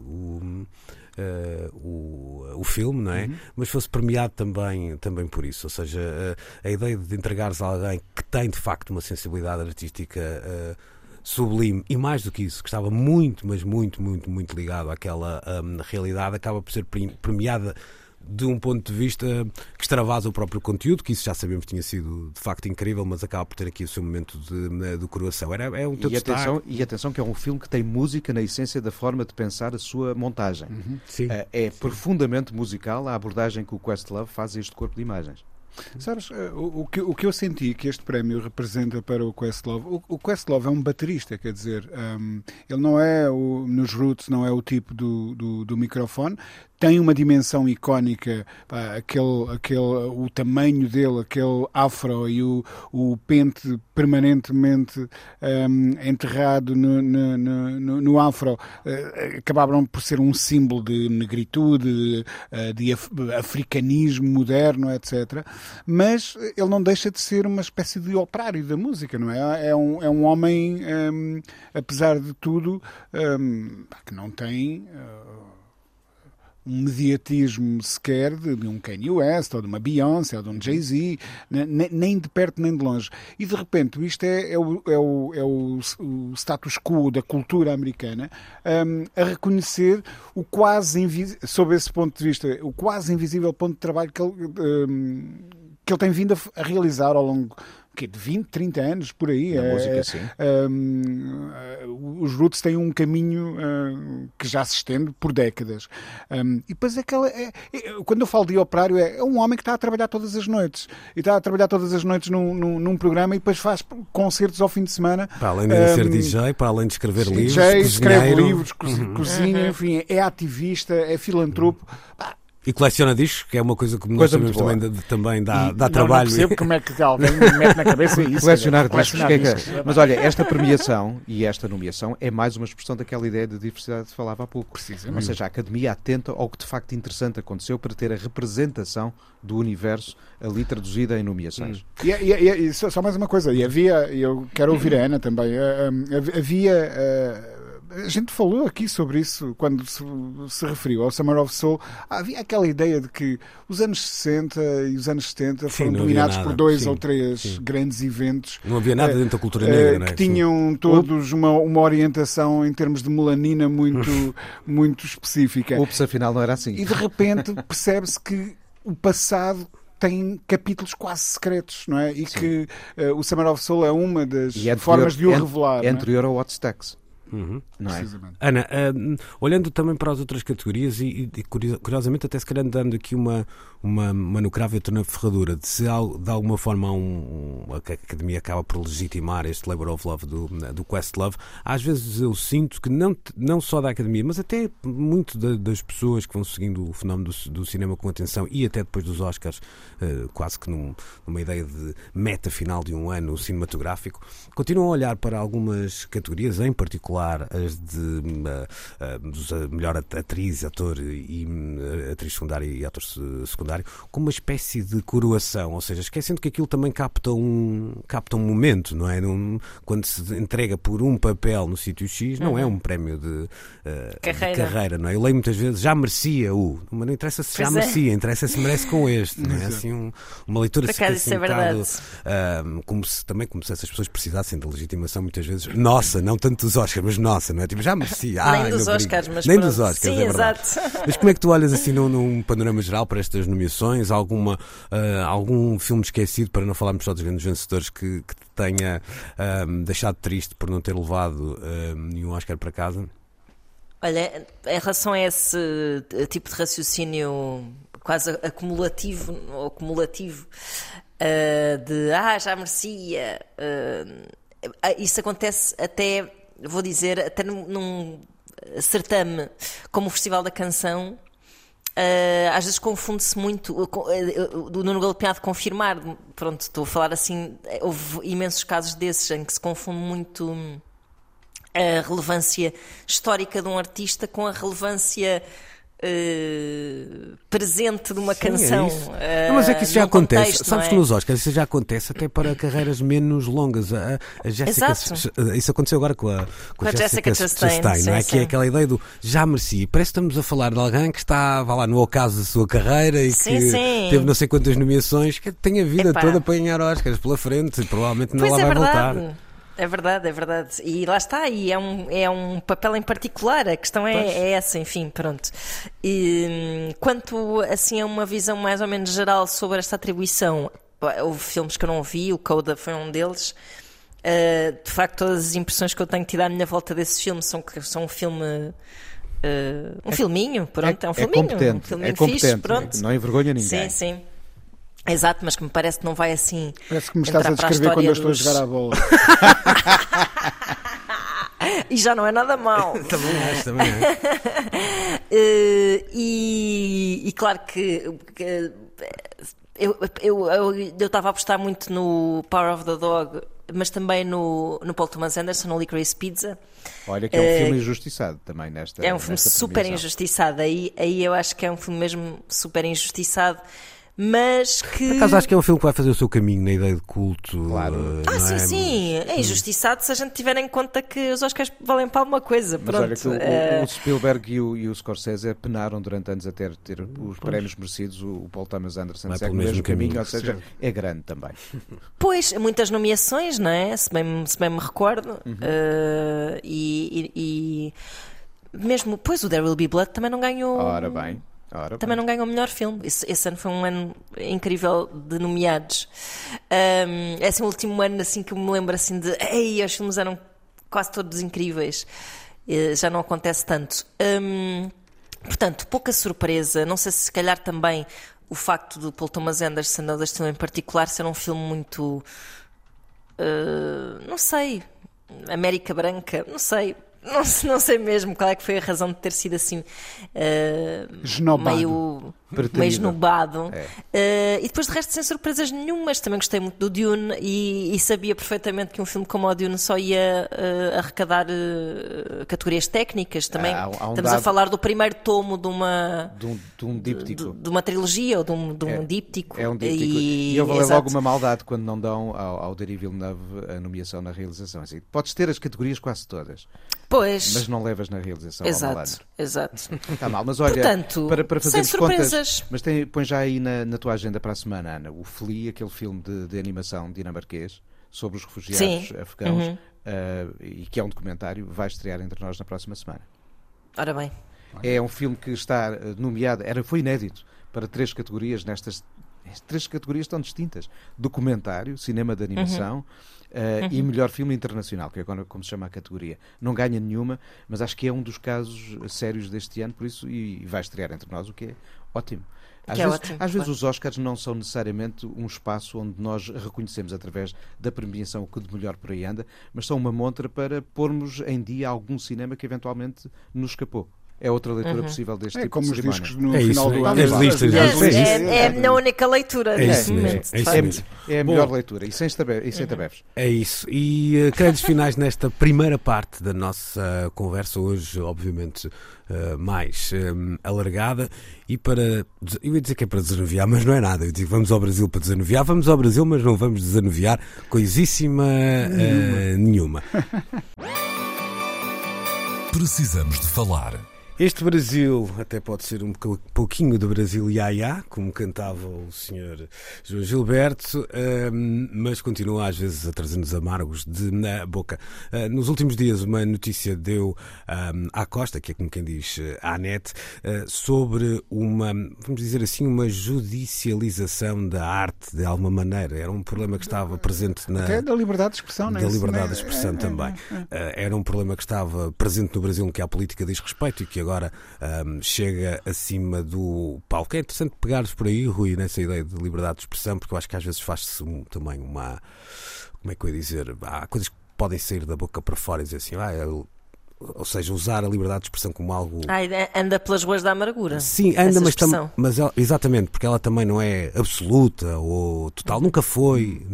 o filme, não é? Mas fosse premiado também por isso. Ou seja, a ideia de entregares a alguém que tem de facto uma sensibilidade artística sublime, e mais do que isso, que estava muito, mas muito, muito, muito ligado àquela realidade, acaba por ser premiada de um ponto de vista que extravasa o próprio conteúdo, que isso já sabemos tinha sido de facto incrível, mas acaba por ter aqui o seu momento de coroação. É um teu destaque. E atenção que é um filme que tem música na essência da forma de pensar a sua montagem. Sim. É profundamente musical a abordagem que o Questlove faz a este corpo de imagens. Sabes, o que eu senti que este prémio representa para o Questlove, o Questlove é um baterista, quer dizer, ele não é, nos Roots, não é o tipo do microfone, tem uma dimensão icónica, o tamanho dele, aquele afro e o pente permanentemente enterrado no afro, acabaram por ser um símbolo de negritude, de africanismo moderno, etc. Mas ele não deixa de ser uma espécie de operário da música, não é? É um homem, apesar de tudo, que não tem... um mediatismo sequer de um Kanye West, ou de uma Beyoncé, ou de um Jay-Z, nem de perto nem de longe. E de repente isto é o status quo da cultura americana, a reconhecer o quase invisível, sob esse ponto de vista, o quase invisível ponto de trabalho que ele tem vindo a realizar ao longo de 20, 30 anos, por aí. Na música, sim. Os Roots têm um caminho que já se estende por décadas. E depois quando eu falo de operário, é um homem que está a trabalhar todas as noites. E está a trabalhar todas as noites num programa e depois faz concertos ao fim de semana. Para além de ser DJ, para além de escrever livros, escreve livros, cozinha, enfim, é ativista, é filantropo. E coleciona discos, que é uma coisa que nós sabemos também dá trabalho. Não percebo como é que alguém me mete na cabeça isso. Colecionar discos. Mas olha, esta premiação e esta nomeação é mais uma expressão daquela ideia de diversidade que se falava há pouco. Ou seja, a Academia atenta ao que de facto interessante aconteceu para ter a representação do universo ali traduzida em nomeações. E só mais uma coisa, eu quero ouvir a Ana também, a gente falou aqui sobre isso quando se referiu ao Summer of Soul. Havia aquela ideia de que os anos 60 e os anos 70 foram dominados por dois ou três grandes eventos. Não havia nada dentro da cultura negra, não é? Que tinham todos uma orientação em termos de melanina muito específica. Ups, afinal não era assim. E de repente percebe-se que o passado tem capítulos quase secretos, não é? E que o Summer of Soul é uma das formas de o revelar. É anterior ao What's Tax. Não é? Ana, olhando também para as outras categorias e curiosamente até se calhar dando aqui uma no cravo e outra na ferradura, de se de alguma forma a Academia acaba por legitimar este Labour of Love do Questlove, às vezes eu sinto que não só da Academia, mas até muito das pessoas que vão seguindo o fenómeno do cinema com atenção e até depois dos Oscars, quase que numa ideia de meta final de um ano cinematográfico, continuam a olhar para algumas categorias, em particular as de melhor atriz, ator e atriz secundária e ator secundário, como uma espécie de coroação, ou seja, esquecendo que aquilo também capta um momento, não é? Quando se entrega por um papel no sítio X, não é um prémio de carreira, não é? Eu leio muitas vezes, já merecia mas não interessa se já merecia, interessa se merece com este, não é? Assim, uma leitura assim, um bocado, como se essas pessoas precisassem de legitimação muitas vezes, nossa, não tanto dos Oscars, mas nossa, não é? Tipo, já merecia. Nem dos Oscars, mas nem dos Oscars, sim, é verdade. Exato. Mas como é que tu olhas assim num panorama geral para estas nomeações? Algum filme esquecido, para não falarmos só dos grandes vencedores, que te tenha deixado triste por não ter levado nenhum Oscar para casa? Olha, em relação a esse tipo de raciocínio quase acumulativo ou cumulativo, de já merecia, isso acontece até, vou dizer, até num certame como o Festival da Canção. Às vezes confunde-se muito do Nuno Galope confirmar, pronto, estou a falar assim, houve imensos casos desses em que se confunde muito a relevância histórica de um artista com a relevância presente de uma canção. É mas é que isso já acontece, contexto, sabes que nos Oscars isso já acontece até para carreiras menos longas. A Jessica, isso aconteceu agora com a Jessica Chastain, não é? Sim. Que é aquela ideia do já merecia. Parece que estamos a falar de alguém que está lá no ocaso da sua carreira e que teve não sei quantas nomeações, que tem a vida toda para ganhar Oscars pela frente e provavelmente não lá vai voltar. É verdade. E lá está, e é um papel em particular, a questão é essa, enfim, pronto. E, quanto assim a uma visão mais ou menos geral sobre esta atribuição, houve filmes que eu não vi, o Coda foi um deles. De facto, todas as impressões que eu tenho tido à minha volta desse filme são um filme... filminho, pronto, é um filminho. Competente, um filminho competente, fixe, pronto. Não envergonha ninguém. Sim. Exato, mas que me parece que não vai assim. Parece que me estás a descrever quando eu estou a jogar à bola. E já não é nada mau. Também é. E claro que eu estava a apostar muito no Power of the Dog, mas também no Paul Thomas Anderson, no Licorice Pizza. Olha que é um filme injustiçado também nesta. É um filme super injustiçado. Aí eu acho que é um filme mesmo super injustiçado. Mas que... Por acaso acho que é um filme que vai fazer o seu caminho na ideia de culto. Claro. Sim. É injustiçado se a gente tiver em conta que os Oscars valem para alguma coisa. Mas pronto. olha que o Spielberg e o Scorsese penaram durante anos até ter os prémios merecidos. O Paul Thomas Anderson segue o mesmo caminho, ou seja, é grande também. Pois, muitas nomeações, não é? Se bem me recordo. E mesmo, pois o There Will Be Blood também não ganhou... Ora bem. Também não ganhou o melhor filme. Esse ano foi um ano incrível de nomeados. É assim o último ano assim, que eu me lembro assim de os filmes eram quase todos incríveis. Já não acontece tanto. Portanto, pouca surpresa. Não sei se calhar também o facto do Paul Thomas Anderson, ou deste filme em particular, ser um filme muito... não sei... América Branca, não sei... Não sei mesmo qual é que foi a razão de ter sido assim meio esnobado. E depois de resto sem surpresas nenhumas. Também gostei muito do Dune e sabia perfeitamente que um filme como o Dune só ia arrecadar categorias técnicas também. Estamos a falar do primeiro tomo de um díptico, de uma trilogia ou de um díptico. É um díptico. E eu valeu logo uma maldade quando não dão ao Denis Villeneuve a nomeação na realização. Assim, podes ter as categorias quase todas. Pois. Mas não levas na realização. Exato. Está mal, mas olha, portanto, para fazermos contas, mas põe já aí na tua agenda para a semana, Ana, o Flea, aquele filme de animação dinamarquês sobre os refugiados afegãos, e que é um documentário, vai estrear entre nós na próxima semana. Ora bem. É um filme que está nomeado, foi inédito para 3 categorias nestas As 3 categorias estão distintas. Documentário, cinema de animação e melhor filme internacional, que é como se chama a categoria. Não ganha nenhuma, mas acho que é um dos casos sérios deste ano, por isso, e vai estrear entre nós, o que é ótimo. Às vezes os Oscars não são necessariamente um espaço onde nós reconhecemos através da premiação o que de melhor por aí anda, mas são uma montra para pormos em dia algum cinema que eventualmente nos escapou. É outra leitura possível deste tipo como de os cerimónia. discos no final do ano. As listas. É a única leitura neste momento. É a melhor leitura, e sem tabefes. É isso. E créditos finais nesta primeira parte da nossa conversa, hoje, obviamente, mais alargada. E eu ia dizer que é para desanuviar, mas não é nada. Eu digo vamos ao Brasil para desanuviar. Vamos ao Brasil, mas não vamos desanuviar coisíssima nenhuma. Precisamos de falar. Este Brasil até pode ser um pouquinho do Brasil iaiá, como cantava o Sr. João Gilberto, mas continua às vezes a trazer-nos amargos na boca. Nos últimos dias uma notícia deu à Costa, que é como quem diz à net, sobre vamos dizer assim, uma judicialização da arte de alguma maneira. Era um problema que estava presente até da liberdade de expressão, da liberdade de expressão também. Era um problema que estava presente no Brasil, que a política diz respeito e que agora chega acima do palco. É interessante pegares por aí, Rui, nessa ideia de liberdade de expressão, porque eu acho que às vezes faz-se também uma... Como é que eu ia dizer? Há coisas que podem sair da boca para fora e dizer assim, ou seja, usar a liberdade de expressão como algo... Anda pelas ruas da amargura. Sim, anda, mas exatamente, porque ela também não é absoluta ou total. Nunca foi.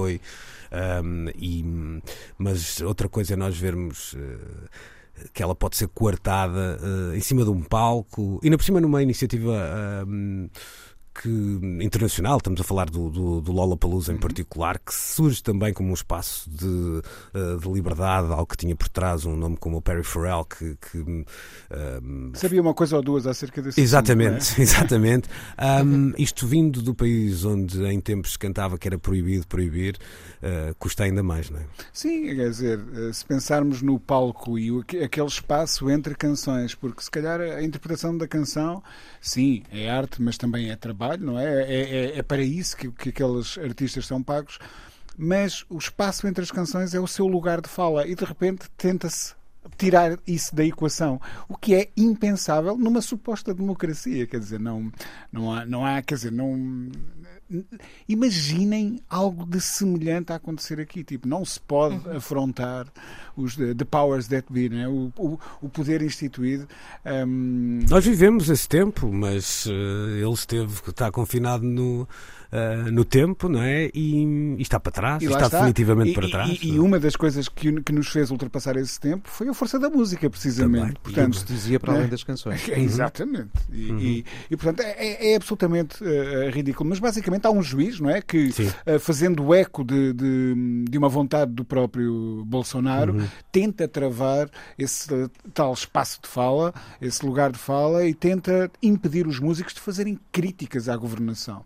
Mas outra coisa é nós vermos... que ela pode ser coartada em cima de um palco, e ainda por cima numa iniciativa internacional, estamos a falar do Lollapalooza em particular, que surge também como um espaço de liberdade, algo que tinha por trás um nome como o Perry Farrell, que sabia uma coisa ou duas acerca desse exatamente, assunto, não é? exatamente. Isto vindo do país onde em tempos se cantava que era proibido proibir, custa ainda mais, não é? Sim, quer dizer, se pensarmos no palco e aquele espaço entre canções, porque se calhar a interpretação da canção, sim, é arte, mas também é trabalho, não é? É para isso que aqueles artistas são pagos, mas o espaço entre as canções é o seu lugar de fala e de repente tenta-se tirar isso da equação, o que é impensável numa suposta democracia. Quer dizer, não há, quer dizer, não... Imaginem algo de semelhante a acontecer aqui. Tipo, não se pode afrontar os the powers that be, não é? O poder instituído. Nós vivemos esse tempo, mas ele está confinado no tempo, não é? E está para trás, está definitivamente para trás. E uma das coisas que nos fez ultrapassar esse tempo foi a força da música, precisamente. Também. Portanto, e o que se dizia para além das canções. Exatamente. E portanto, é absolutamente ridículo. Mas basicamente há um juiz, não é? Que, fazendo eco de uma vontade do próprio Bolsonaro, tenta travar esse tal espaço de fala, esse lugar de fala, e tenta impedir os músicos de fazerem críticas à governação.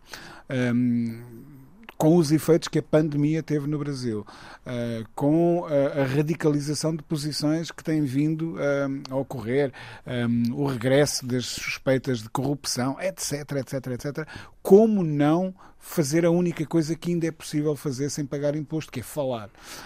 Com os efeitos que a pandemia teve no Brasil, com a radicalização de posições que têm vindo a ocorrer, o regresso das suspeitas de corrupção, etc, etc, etc. Como não fazer a única coisa que ainda é possível fazer sem pagar imposto, que é falar.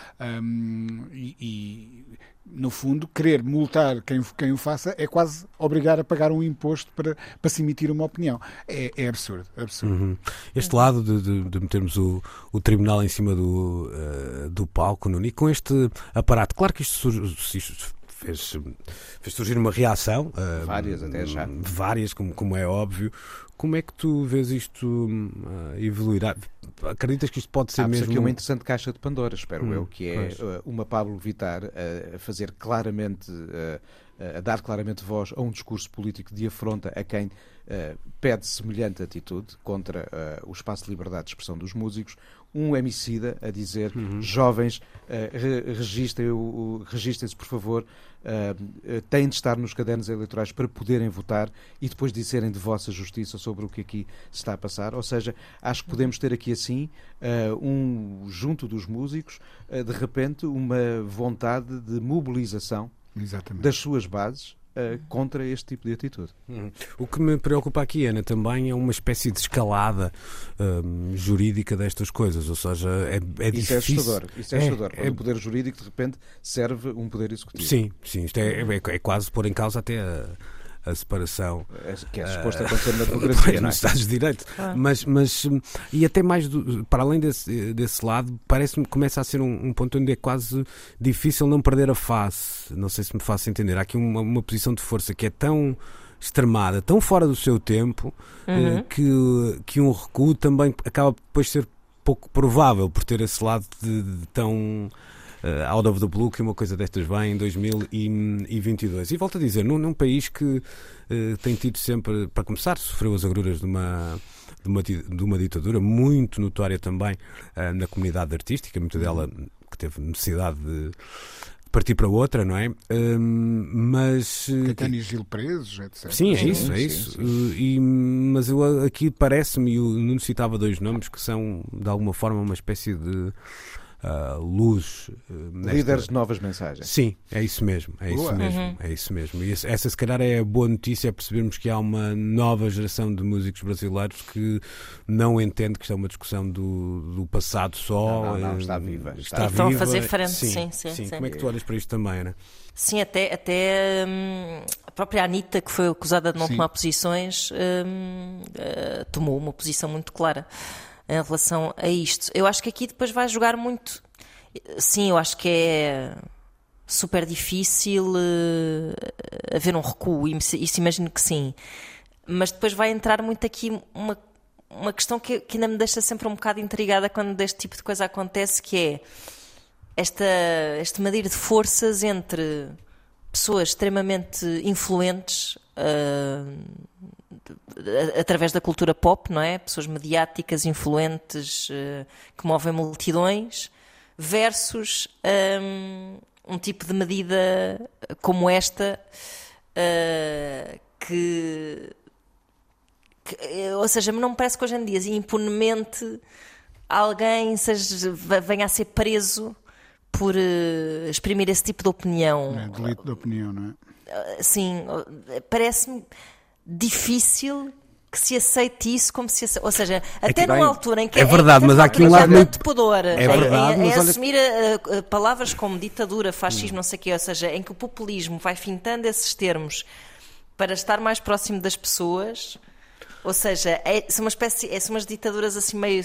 No fundo, querer multar quem o faça é quase obrigar a pagar um imposto para se emitir uma opinião. É absurdo. Este lado de metermos o tribunal em cima do palco, Nuno, e com este aparato, claro que isto fez surgir uma reação. Várias até já. Várias, como é óbvio. Como é que tu vês isto evoluir? Acreditas que isto pode ser mesmo... aqui uma interessante caixa de Pandora, espero eu, que é uma Pablo Vittar a fazer claramente, a dar claramente voz a um discurso político de afronta a quem pede semelhante atitude contra o espaço de liberdade de expressão dos músicos. Um Emicida a dizer, jovens, registem-se, por favor, têm de estar nos cadernos eleitorais para poderem votar e depois disserem de vossa justiça sobre o que aqui se está a passar. Ou seja, acho que podemos ter aqui assim, junto dos músicos, de repente, uma vontade de mobilização das suas bases contra este tipo de atitude. O que me preocupa aqui, Ana, também é uma espécie de escalada jurídica destas coisas, ou seja, é difícil. Isso é assustador. Quando o poder jurídico, de repente, serve um poder executivo. Sim, isto é quase pôr em causa até a separação que é suposto acontecer na democracia, não é? Nos Estados de Direito. Mas e até mais para além desse lado, parece-me que começa a ser um ponto onde é quase difícil não perder a face. Não sei se me faço entender. Há aqui uma posição de força que é tão extremada, tão fora do seu tempo, que um recuo também acaba depois de ser pouco provável, por ter esse lado de tão out of the blue que uma coisa destas vem em 2022. E volto a dizer, num país que tem tido sempre, para começar, sofreu as agruras de uma ditadura muito notória também na comunidade artística, muita dela que teve necessidade de partir para outra, não é? Mas Caetano e Gil presos, etc. Sim, é isso. Mas aqui parece-me, e o Nuno citava 2 nomes que são de alguma forma uma espécie de luz líderes de novas mensagens. Sim, é isso mesmo. E essa se calhar é a boa notícia, é percebermos que há uma nova geração de músicos brasileiros que não entende que isto é uma discussão do passado só. Não, está viva. Estão a fazer frente, sim. Como é que tu olhas para isto também, Ana? Sim, até a própria Anitta, que foi acusada de não tomar posições, tomou uma posição muito clara em relação a isto. Eu acho que aqui depois vai jogar muito. Sim, eu acho que é super difícil haver um recuo, isso imagino que sim. Mas depois vai entrar muito aqui uma questão que ainda me deixa sempre um bocado intrigada quando este tipo de coisa acontece, que é este medir de forças entre pessoas extremamente influentes através da cultura pop, não é? Pessoas mediáticas, influentes, que movem multidões, versus um tipo de medida como esta, ou seja, não me parece que hoje em dia impunemente alguém venha a ser preso por exprimir esse tipo de opinião. É delito de opinião, não é? Sim, parece-me difícil que se aceite isso como se aceite. Ou seja, até numa altura em que é verdade, mas há aqui um lado muito pudor em assumir palavras como ditadura, fascismo, não sei o quê, ou seja, em que o populismo vai fintando esses termos para estar mais próximo das pessoas, ou seja, são umas ditaduras assim meio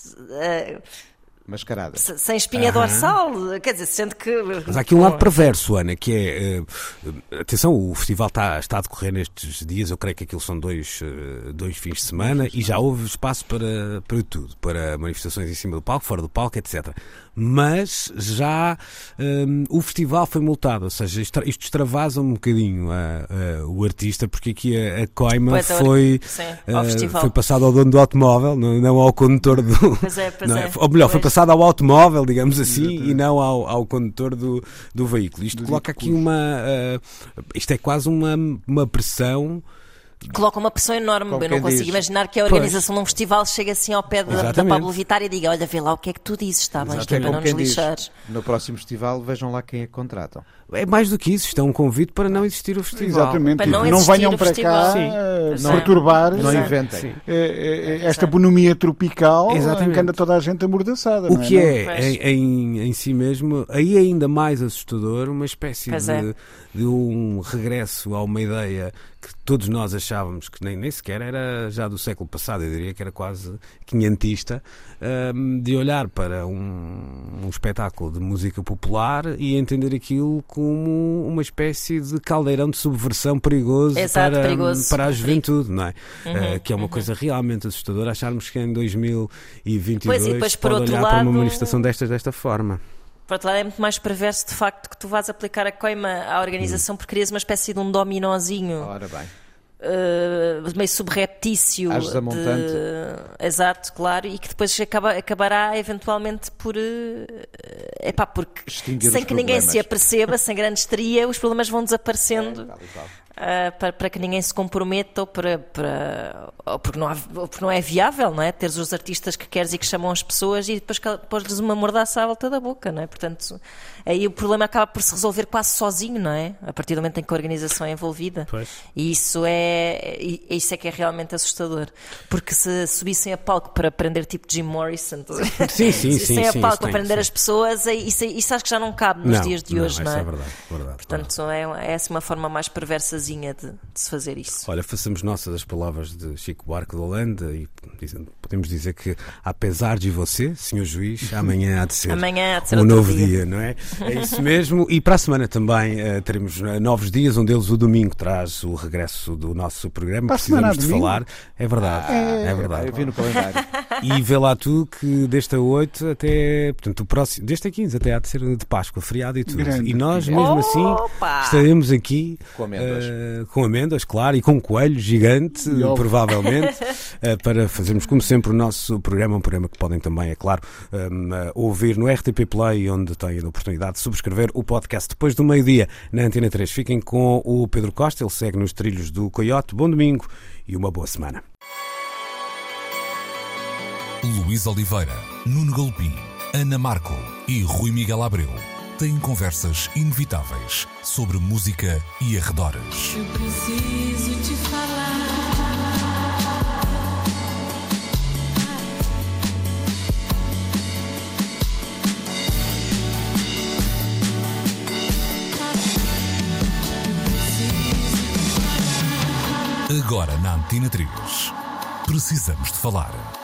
mascaradas, sem espinha dorsal, quer dizer, sendo que... Mas há aqui um lado perverso, Ana, que é... atenção, o festival está a decorrer nestes dias, eu creio que aquilo são dois fins de semana, e já houve espaço para tudo, para manifestações em cima do palco, fora do palco, etc. Mas já o festival foi multado, ou seja, isto extravasa um bocadinho o artista, porque aqui a coima foi passada ao dono do automóvel, não ao condutor do... Ou melhor, foi passado ao automóvel, digamos assim, e não ao condutor do veículo. Isto coloca aqui isto é quase uma pressão. Coloca uma pressão enorme. Eu não consigo imaginar que a organização de um festival chegue assim ao pé da Pablo Vittar e diga: olha, vê lá o que é que tu dizes, está bem, isto é para não nos lixares. No próximo festival, vejam lá quem é que contratam. É mais do que isso, isto é um convite para não existir o festival. Exatamente, para não venham para cá perturbar não inventem esta bonomia tropical em que anda toda a gente amordaçada. O que em si mesmo, aí é ainda mais assustador, uma espécie de um regresso a uma ideia que todos nós achávamos que nem sequer era já do século passado, eu diria que era quase quinhentista, de olhar para um espetáculo de música popular e entender aquilo como uma espécie de caldeirão de subversão perigoso, para a juventude, não é? Que é uma coisa realmente assustadora acharmos que em 2022 pode olhar para uma manifestação desta forma. Por outro lado, é muito mais perverso de facto que tu vás aplicar a coima à organização porque crias uma espécie de um dominózinho. Ora bem. Meio subreptício. Exato, claro, e que depois acabará eventualmente porque sem que ninguém se aperceba, sem grande histeria, os problemas vão desaparecendo para que ninguém se comprometa ou porque não é viável, não é? Teres os artistas que queres e que chamam as pessoas e depois pôs-lhes uma mordaça à volta da boca, não é? Portanto, aí o problema acaba por se resolver quase sozinho, não é? A partir do momento em que a organização é envolvida. Pois. E isso é que é realmente assustador. Porque se subissem a palco para prender tipo Jim Morrison, sim, a palco para prender as pessoas, isso acho que já não cabe nos dias de hoje, não é? Isso é verdade. Portanto, é assim uma forma mais perversazinha de se fazer isso. Olha, façamos nossas as palavras de Chico Buarque de Holanda e podemos dizer que, apesar de você, senhor juiz, amanhã há de ser um novo dia, não é? É isso mesmo. E para a semana também teremos novos dias, um deles o domingo traz o regresso do nosso programa. Precisamos de falar. É verdade. É verdade. Eu vi no calendário. E vê lá tu que desde a 8 até, portanto, o próximo, desde a 15 até há de ser de Páscoa, feriado e tudo. Grande. E nós, mesmo assim, estaremos aqui com amêndoas, claro, e com um coelho gigante, provavelmente, para fazermos, como sempre, o nosso programa, um programa que podem também, é claro, ouvir no RTP Play, onde têm a oportunidade de subscrever o podcast depois do meio-dia na Antena 3. Fiquem com o Pedro Costa, ele segue nos trilhos do Coiote. Bom domingo e uma boa semana. Luís Oliveira, Nuno Galopim, Ana Marco e Rui Miguel Abreu têm conversas inevitáveis sobre música e arredores. Eu preciso te falar. Agora na Antena 3. Precisamos de falar.